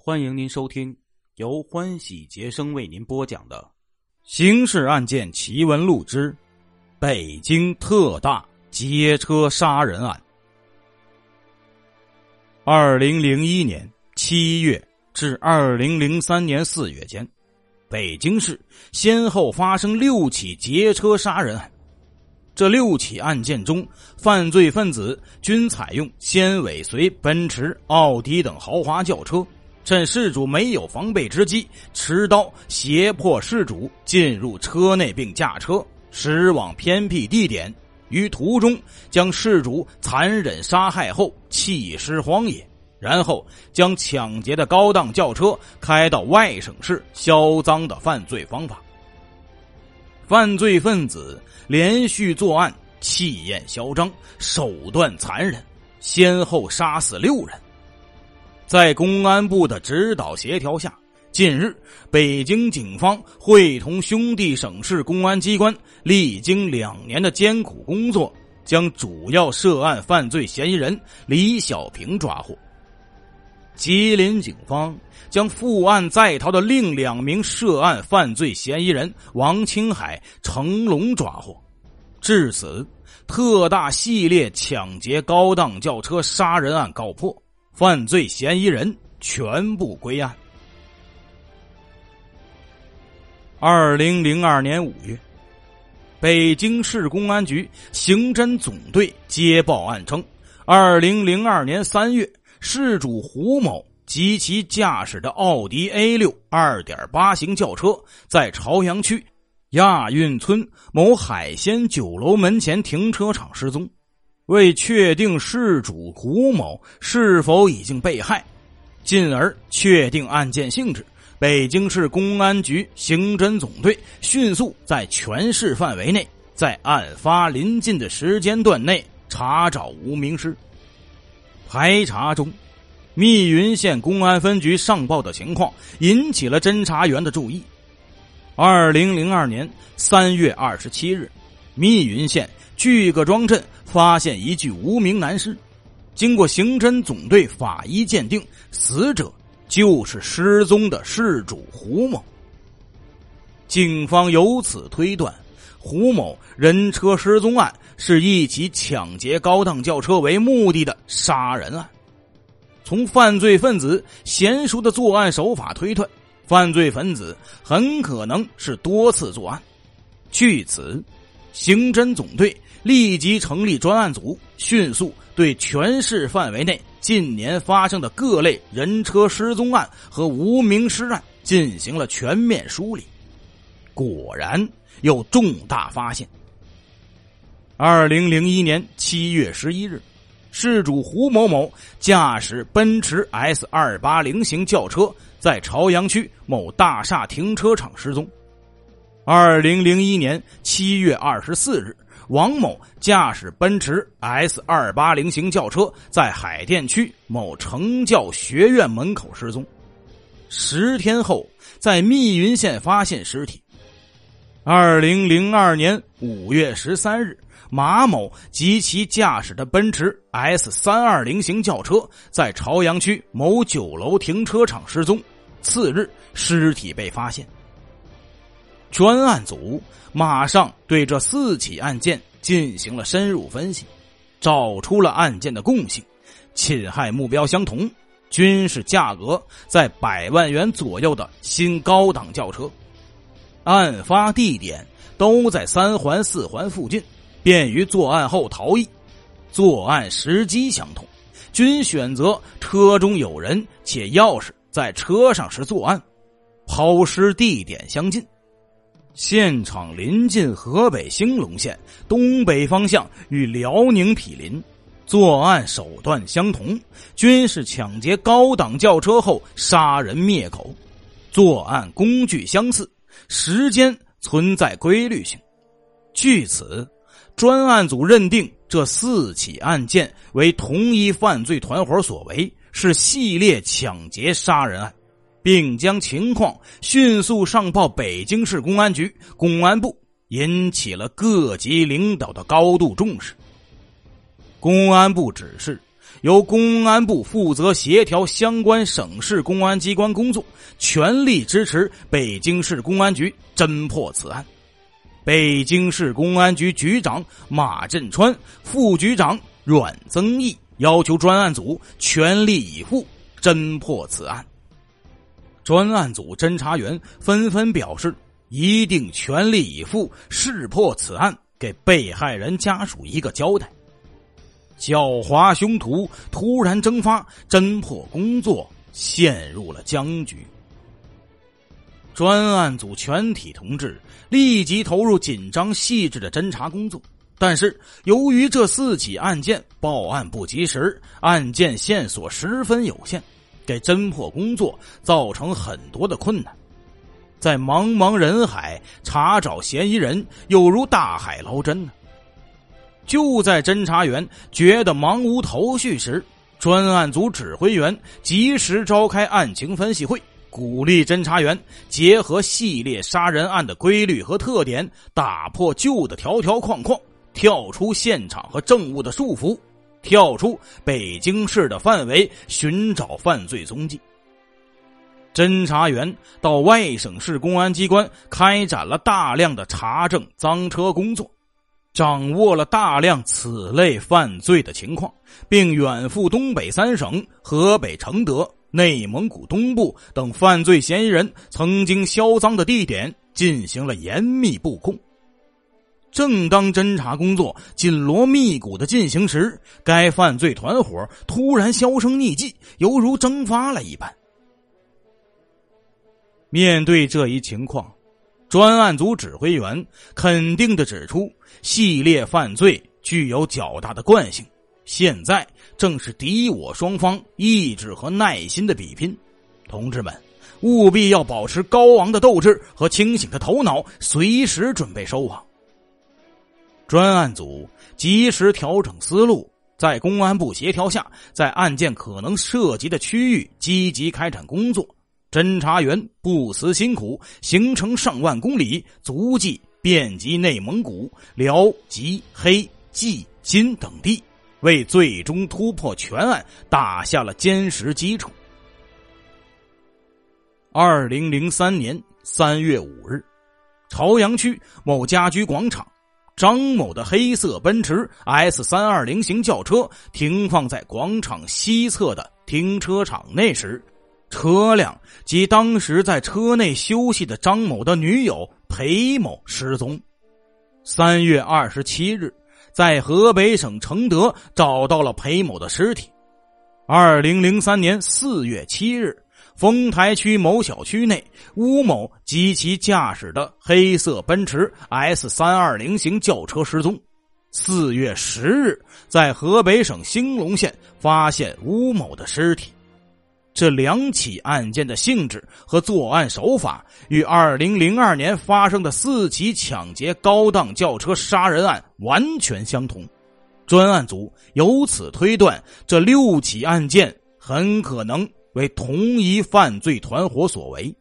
欢迎您收听由欢喜杰生为您播讲的《刑事案件奇闻录之北京特大街车杀人案》。2001年7月至2003年4月间，北京市先后发生6起劫车杀人案。这6起案件中，犯罪分子均采用先尾随奔驰、奥迪等豪华轿车，趁事主没有防备之机，持刀胁迫事主进入车内并驾车驶往偏僻地点，于途中将事主残忍杀害后弃尸荒野，然后将抢劫的高档轿车开到外省市销赃的犯罪方法。犯罪分子连续作案，气焰嚣张，手段残忍，先后杀死6人。在公安部的指导协调下，近日北京警方会同兄弟省市公安机关，历经2年的艰苦工作，将主要涉案犯罪嫌疑人李小平抓获。吉林警方将负案在逃的另2名涉案犯罪嫌疑人王清海、程龙抓获。至此，特大系列抢劫高档轿车杀人案告破，犯罪嫌疑人全部归案。2002年5月，北京市公安局刑侦总队接报案称，2002年3月，事主胡某及其驾驶的奥迪 A6 2.8 型轿车在朝阳区亚运村某海鲜酒楼门前停车场失踪。为确定事主胡某是否已经被害，进而确定案件性质，北京市公安局刑侦总队迅速在全市范围内，在案发临近的时间段内查找无名尸。排查中，密云县公安分局上报的情况引起了侦查员的注意。2002年3月27日，密云县巨各庄镇发现一具无名男尸，经过刑侦总队法医鉴定，死者就是失踪的事主胡某。警方由此推断，胡某人车失踪案是一起抢劫高档轿车为目的的杀人案。从犯罪分子娴熟的作案手法推断，犯罪分子很可能是多次作案。据此，刑侦总队立即成立专案组，迅速对全市范围内近年发生的各类人车失踪案和无名尸案进行了全面梳理。果然有重大发现。2001年7月11日，事主胡某某驾驶奔驰 S280 型轿车在朝阳区某大厦停车场失踪。2001年7月24日，王某驾驶奔驰 S280 型轿车在海淀区某成教学院门口失踪。10天后，在密云县发现尸体。2002年5月13日，马某及其驾驶的奔驰 S320 型轿车在朝阳区某酒楼停车场失踪。次日，尸体被发现。专案组马上对这4起案件进行了深入分析，找出了案件的共性，侵害目标相同，均是价格在100万元左右的新高档轿车。案发地点都在3环4环附近，便于作案后逃逸。作案时机相同，均选择车中有人且钥匙在车上时作案，抛尸地点相近。现场临近河北兴隆县东北方向与辽宁毗邻，作案手段相同，均是抢劫高档轿车后杀人灭口。作案工具相似，时间存在规律性。据此，专案组认定这4起案件为同一犯罪团伙所为，是系列抢劫杀人案，并将情况迅速上报北京市公安局、公安部，引起了各级领导的高度重视。公安部指示由公安部负责协调相关省市公安机关工作，全力支持北京市公安局侦破此案。北京市公安局局长马振川、副局长阮增义要求专案组全力以赴侦破此案。专案组侦查员纷纷表示，一定全力以赴识破此案，给被害人家属一个交代。狡猾凶徒突然蒸发，侦破工作陷入了僵局。专案组全体同志立即投入紧张细致的侦查工作，但是由于这4起案件报案不及时，案件线索十分有限，给侦破工作造成很多的困难。在茫茫人海查找嫌疑人，犹如大海捞针呢。就在侦查员觉得茫无头绪时，专案组指挥员及时召开案情分析会，鼓励侦查员结合系列杀人案的规律和特点，打破旧的条条框框，跳出现场和证物的束缚，跳出北京市的范围，寻找犯罪踪迹。侦查员到外省市公安机关开展了大量的查证赃车工作，掌握了大量此类犯罪的情况，并远赴东北3省、河北承德、内蒙古东部等犯罪嫌疑人曾经销赃的地点进行了严密布控。正当侦查工作紧锣密鼓地进行时，该犯罪团伙突然销声匿迹，犹如蒸发了一般。面对这一情况，专案组指挥员肯定地指出，系列犯罪具有较大的惯性，现在正是敌我双方意志和耐心的比拼。同志们，务必要保持高昂的斗志和清醒的头脑，随时准备收网。专案组及时调整思路，在公安部协调下，在案件可能涉及的区域积极开展工作。侦查员不辞辛苦，行程上万公里，足迹遍及内蒙古、辽、吉、黑、冀、金等地，为最终突破全案打下了坚实基础。2003年3月5日，朝阳区某家居广场，张某的黑色奔驰 S320 型轿车停放在广场西侧的停车场内时，车辆及当时在车内休息的张某的女友裴某失踪。3月27日，在河北省承德找到了裴某的尸体。2003年4月7日，丰台区某小区内，邬某及其驾驶的黑色奔驰 S320 型轿车失踪。4月10日，在河北省兴隆县发现邬某的尸体。这2起案件的性质和作案手法与2002年发生的4起抢劫高档轿车杀人案完全相同。专案组由此推断，这6起案件很可能为同一犯罪团伙所为。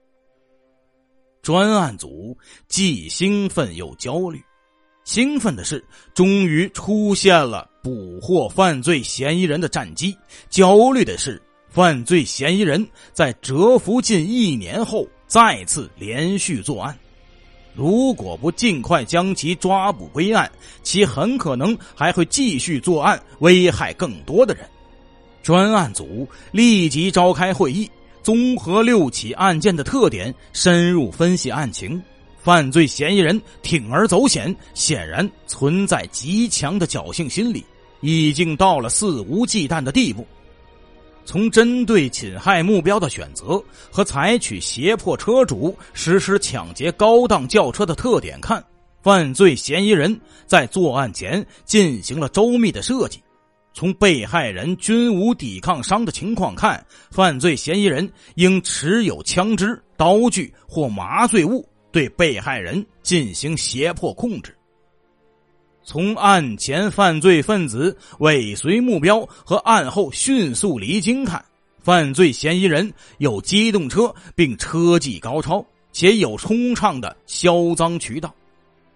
专案组既兴奋又焦虑。兴奋的是，终于出现了捕获犯罪嫌疑人的战机；焦虑的是，犯罪嫌疑人在蛰伏近1年后再次连续作案。如果不尽快将其抓捕归案，其很可能还会继续作案，危害更多的人。专案组立即召开会议，综合6起案件的特点，深入分析案情。犯罪嫌疑人铤而走险，显然存在极强的侥幸心理，已经到了肆无忌惮的地步。从针对侵害目标的选择和采取胁迫车主实施抢劫高档轿车的特点看，犯罪嫌疑人在作案前进行了周密的设计。从被害人均无抵抗伤的情况看，犯罪嫌疑人应持有枪支、刀具或麻醉物对被害人进行胁迫控制。从案前犯罪分子尾随目标和案后迅速离京看，犯罪嫌疑人有机动车并车技高超，且有通畅的销赃渠道。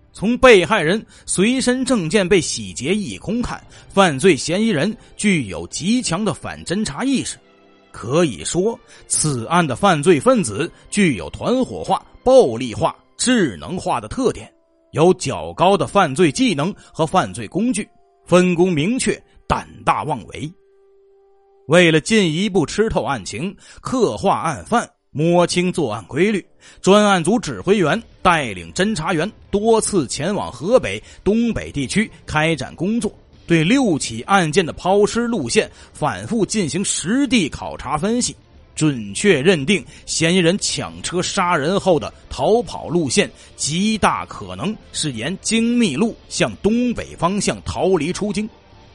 从被害人随身证件被洗劫一空看，犯罪嫌疑人具有极强的反侦查意识。可以说，此案的犯罪分子具有团伙化、暴力化、智能化的特点，有较高的犯罪技能和犯罪工具，分工明确，胆大妄为。为了进一步吃透案情，刻画案犯，摸清作案规律，专案组指挥员带领侦查员多次前往河北、东北地区开展工作，对6起案件的抛尸路线反复进行实地考察分析，准确认定嫌疑人抢车杀人后的逃跑路线极大可能是沿京密路向东北方向逃离出京。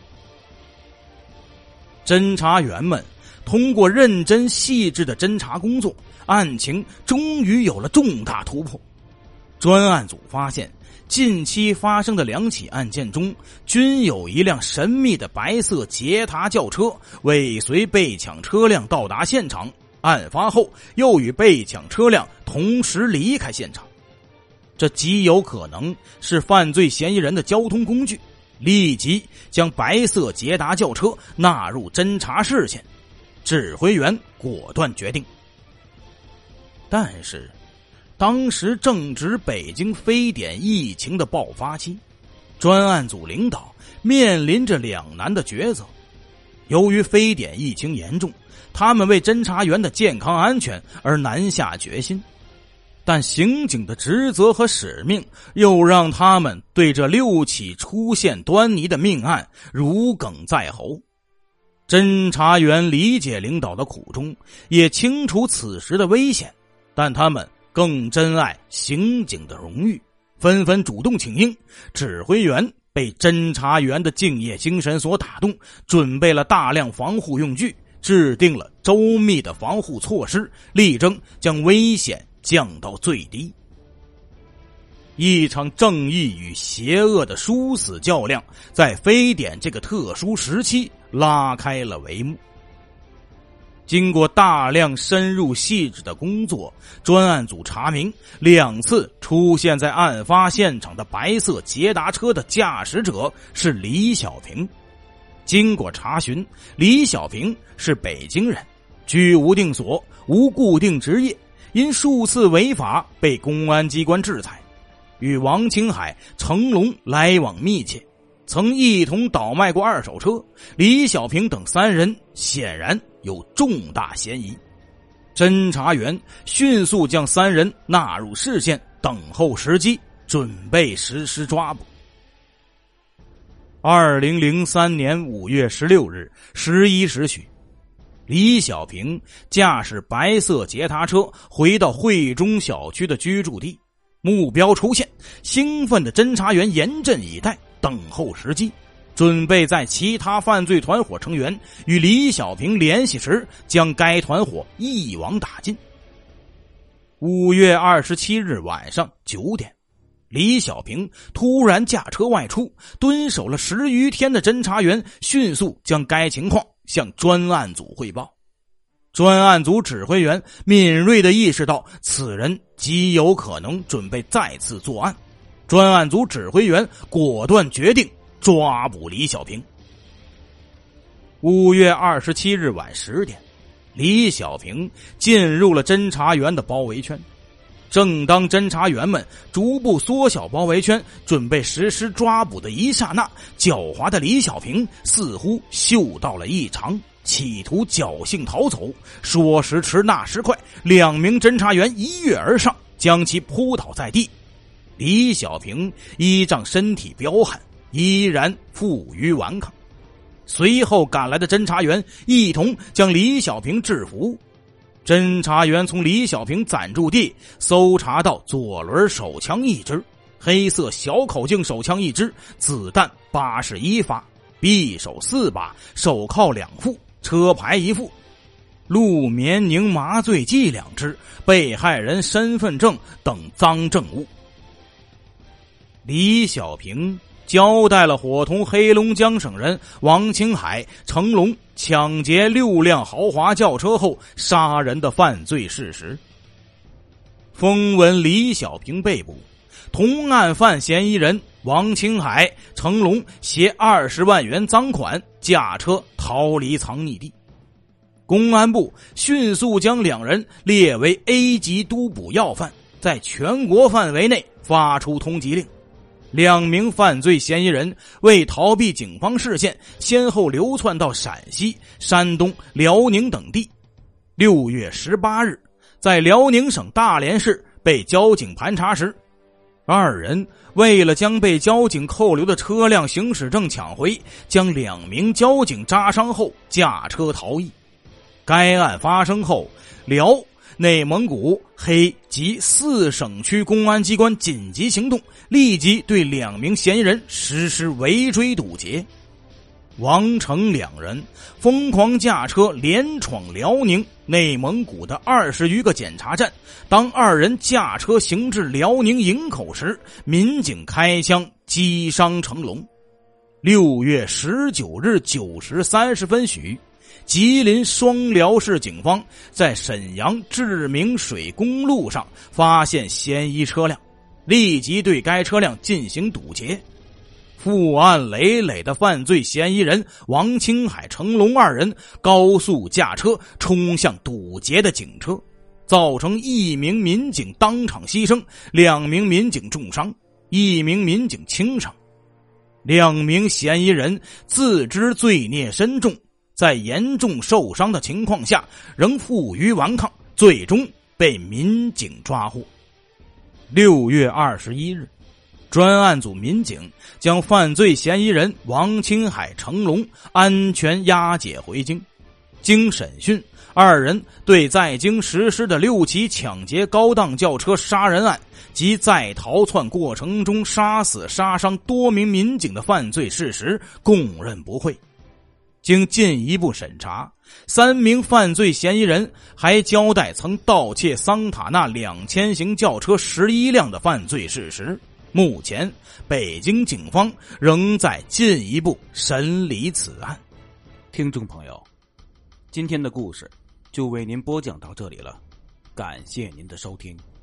侦查员们通过认真细致的侦查工作，案情终于有了重大突破。专案组发现，近期发生的2起案件中，均有一辆神秘的白色捷达轿车尾随被抢车辆到达现场，案发后又与被抢车辆同时离开现场。这极有可能是犯罪嫌疑人的交通工具，立即将白色捷达轿车纳入侦查视线。指挥员果断决定。但是当时正值北京非典疫情的爆发期，专案组领导面临着两难的抉择。由于非典疫情严重，他们为侦查员的健康安全而难下决心，但刑警的职责和使命又让他们对这6起出现端倪的命案如鲠在喉。侦查员理解领导的苦衷，也清楚此时的危险，但他们更珍爱刑警的荣誉，纷纷主动请缨。指挥员被侦查员的敬业精神所打动，准备了大量防护用具，制定了周密的防护措施，力争将危险降到最低。一场正义与邪恶的殊死较量，在非典这个特殊时期拉开了帷幕。经过大量深入细致的工作，专案组查明2次出现在案发现场的白色捷达车的驾驶者是李小平。经过查询，李小平是北京人，居无定所，无固定职业，因数次违法被公安机关制裁，与王清海、成龙来往密切，曾一同倒卖过2手车。李小平等3人显然有重大嫌疑。侦查员迅速将3人纳入视线，等候时机，准备实施抓捕。2003年5月16日11时许，李小平驾驶白色捷达车回到汇中小区的居住地，目标出现，兴奋的侦查员严阵以待，等候时机，准备在其他犯罪团伙成员与李小平联系时，将该团伙一网打尽。5月27日晚上9点，李小平突然驾车外出，蹲守了10余天的侦查员迅速将该情况向专案组汇报。专案组指挥员敏锐地意识到此人极有可能准备再次作案，专案组指挥员果断决定抓捕李小平。5月27日晚10点，李小平进入了侦查员的包围圈。正当侦查员们逐步缩小包围圈，准备实施抓捕的一刹那，狡猾的李小平似乎嗅到了异常，企图侥幸逃走。说时迟那时快，2名侦查员一跃而上，将其扑倒在地。李小平依仗身体彪悍，依然负隅顽抗。随后赶来的侦查员一同将李小平制服。侦查员从李小平暂住地搜查到左轮手枪1支，黑色小口径手枪1支，子弹81发，匕首4把，手铐2副，车牌1副，氯棉宁麻醉剂2支，被害人身份证等赃证物。李小平交代了伙同黑龙江省人王清海、成龙抢劫6辆豪华轿车后杀人的犯罪事实。风闻李小平被捕， 同案犯嫌疑人王清海、成龙携20万元赃款驾车逃离藏匿地。公安部迅速将两人列为 A 级督捕要犯，在全国范围内发出通缉令。2名犯罪嫌疑人为逃避警方视线，先后流窜到陕西、山东、辽宁等地。6月18日，在辽宁省大连市被交警盘查时，2人为了将被交警扣留的车辆行驶证抢回，将2名交警扎伤后驾车逃逸。该案发生后，辽、内蒙古、黑及4省区公安机关紧急行动，立即对2名嫌疑人实施围追堵截。王成2人疯狂驾车连闯辽宁、内蒙古的20余个检查站，当2人驾车行至辽宁营口时，民警开枪击伤成龙。6月19日9时30分许，吉林双辽市警方在沈阳志明水公路上发现嫌疑车辆，立即对该车辆进行堵截。负案累累的犯罪嫌疑人王清海、成龙2人高速驾车冲向堵截的警车，造成1名民警当场牺牲，2名民警重伤，1名民警轻伤。2名嫌疑人自知罪孽深重，在严重受伤的情况下仍负隅顽抗，最终被民警抓获。6月21日，专案组民警将犯罪嫌疑人王清海、成龙安全押解回京。经审讯，2人对在京实施的6起抢劫高档轿车杀人案及在逃窜过程中杀死杀伤多名民警的犯罪事实供认不讳。经进一步审查，3名犯罪嫌疑人还交代曾盗窃桑塔纳2000型轿车11辆的犯罪事实。目前北京警方仍在进一步审理此案。 听众朋友，今天的故事就为您播讲到这里了，感谢您的收听。